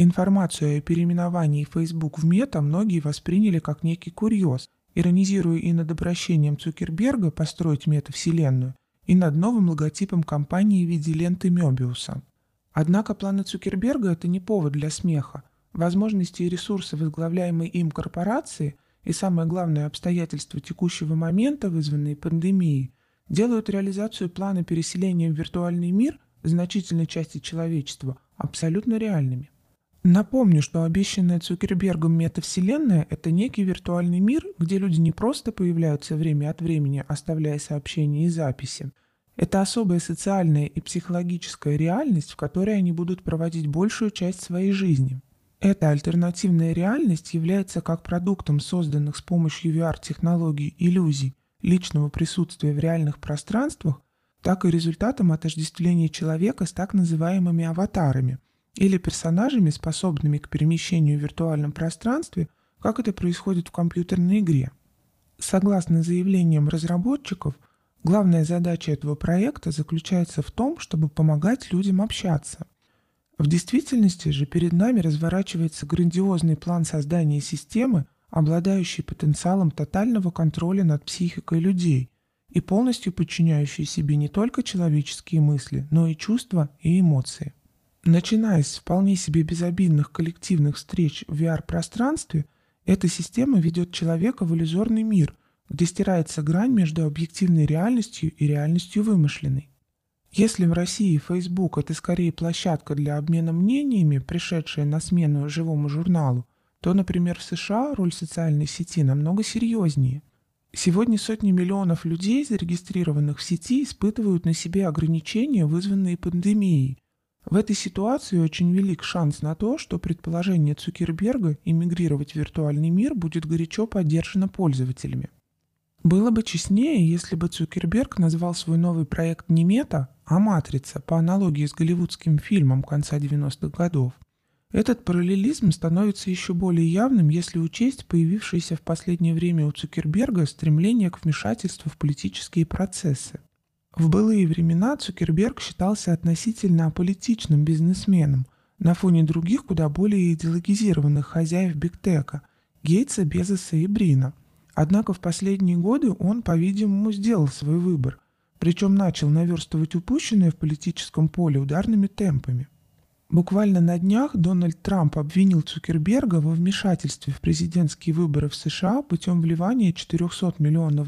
Информацию о переименовании Facebook в Мета многие восприняли как некий курьез, иронизируя и над обращением Цукерберга построить метавселенную, и над новым логотипом компании в виде ленты Мёбиуса. Однако планы Цукерберга – это не повод для смеха. Возможности и ресурсы возглавляемой им корпорации и, самое главное, обстоятельства текущего момента, вызванные пандемией, делают реализацию плана переселения в виртуальный мир значительной части человечества абсолютно реальными. Напомню, что обещанная Цукербергом метавселенная – это некий виртуальный мир, где люди не просто появляются время от времени, оставляя сообщения и записи. Это особая социальная и психологическая реальность, в которой они будут проводить большую часть своей жизни. Эта альтернативная реальность является как продуктом созданных с помощью VR-технологий иллюзий личного присутствия в реальных пространствах, так и результатом отождествления человека с так называемыми аватарами или персонажами, способными к перемещению в виртуальном пространстве, как это происходит в компьютерной игре. Согласно заявлениям разработчиков, главная задача этого проекта заключается в том, чтобы помогать людям общаться. В действительности же перед нами разворачивается грандиозный план создания системы, обладающей потенциалом тотального контроля над психикой людей и полностью подчиняющей себе не только человеческие мысли, но и чувства и эмоции. Начиная с вполне себе безобидных коллективных встреч в VR-пространстве, эта система ведет человека в иллюзорный мир, где стирается грань между объективной реальностью и реальностью вымышленной. Если в России Facebook – это скорее площадка для обмена мнениями, пришедшая на смену живому журналу, то, например, в США роль социальной сети намного серьезнее. Сегодня сотни миллионов людей, зарегистрированных в сети, испытывают на себе ограничения, вызванные пандемией. В этой ситуации очень велик шанс на то, что предположение Цукерберга эмигрировать в виртуальный мир будет горячо поддержано пользователями. Было бы честнее, если бы Цукерберг назвал свой новый проект не «Мета», а «Матрица», по аналогии с голливудским фильмом конца 90-х годов. Этот параллелизм становится еще более явным, если учесть появившееся в последнее время у Цукерберга стремление к вмешательству в политические процессы. В былые времена Цукерберг считался относительно аполитичным бизнесменом на фоне других куда более идеологизированных хозяев бигтека – Гейтса, Безоса и Брина. Однако в последние годы он, по-видимому, сделал свой выбор, причем начал наверстывать упущенное в политическом поле ударными темпами. Буквально на днях Дональд Трамп обвинил Цукерберга во вмешательстве в президентские выборы в США путем вливания $400 миллионов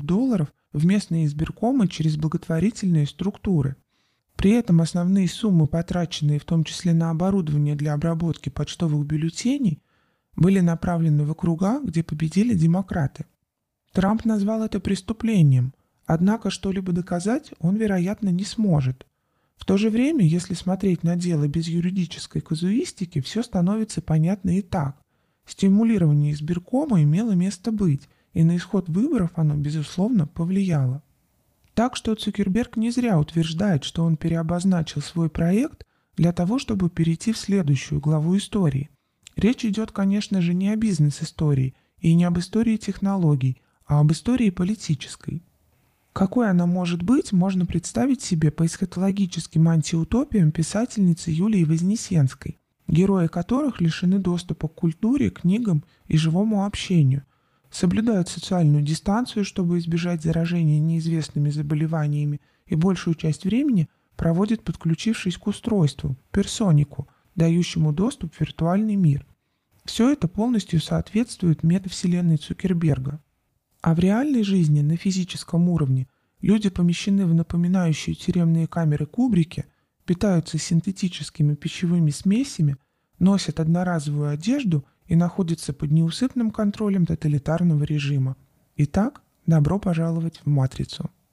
в местные избиркомы через благотворительные структуры. При этом основные суммы, потраченные в том числе на оборудование для обработки почтовых бюллетеней, были направлены в округа, где победили демократы. Трамп назвал это преступлением, однако что-либо доказать он, вероятно, не сможет. В то же время, если смотреть на дело без юридической казуистики, все становится понятно и так. Стимулирование избиркома имело место быть, и на исход выборов оно, безусловно, повлияло. Так что Цукерберг не зря утверждает, что он переобозначил свой проект для того, чтобы перейти в следующую главу истории. Речь идет, конечно же, не о бизнес-истории и не об истории технологий, а об истории политической. Какой она может быть, можно представить себе по эсхатологическим антиутопиям писательницы Юлии Вознесенской, герои которых лишены доступа к культуре, книгам и живому общению, соблюдают социальную дистанцию, чтобы избежать заражения неизвестными заболеваниями, и большую часть времени проводят, подключившись к устройству, персонику, дающему доступ в виртуальный мир. Все это полностью соответствует метавселенной Цукерберга. А в реальной жизни на физическом уровне люди помещены в напоминающие тюремные камеры кубрики, питаются синтетическими пищевыми смесями, носят одноразовую одежду и находятся под неусыпным контролем тоталитарного режима. Итак, добро пожаловать в «Матрицу».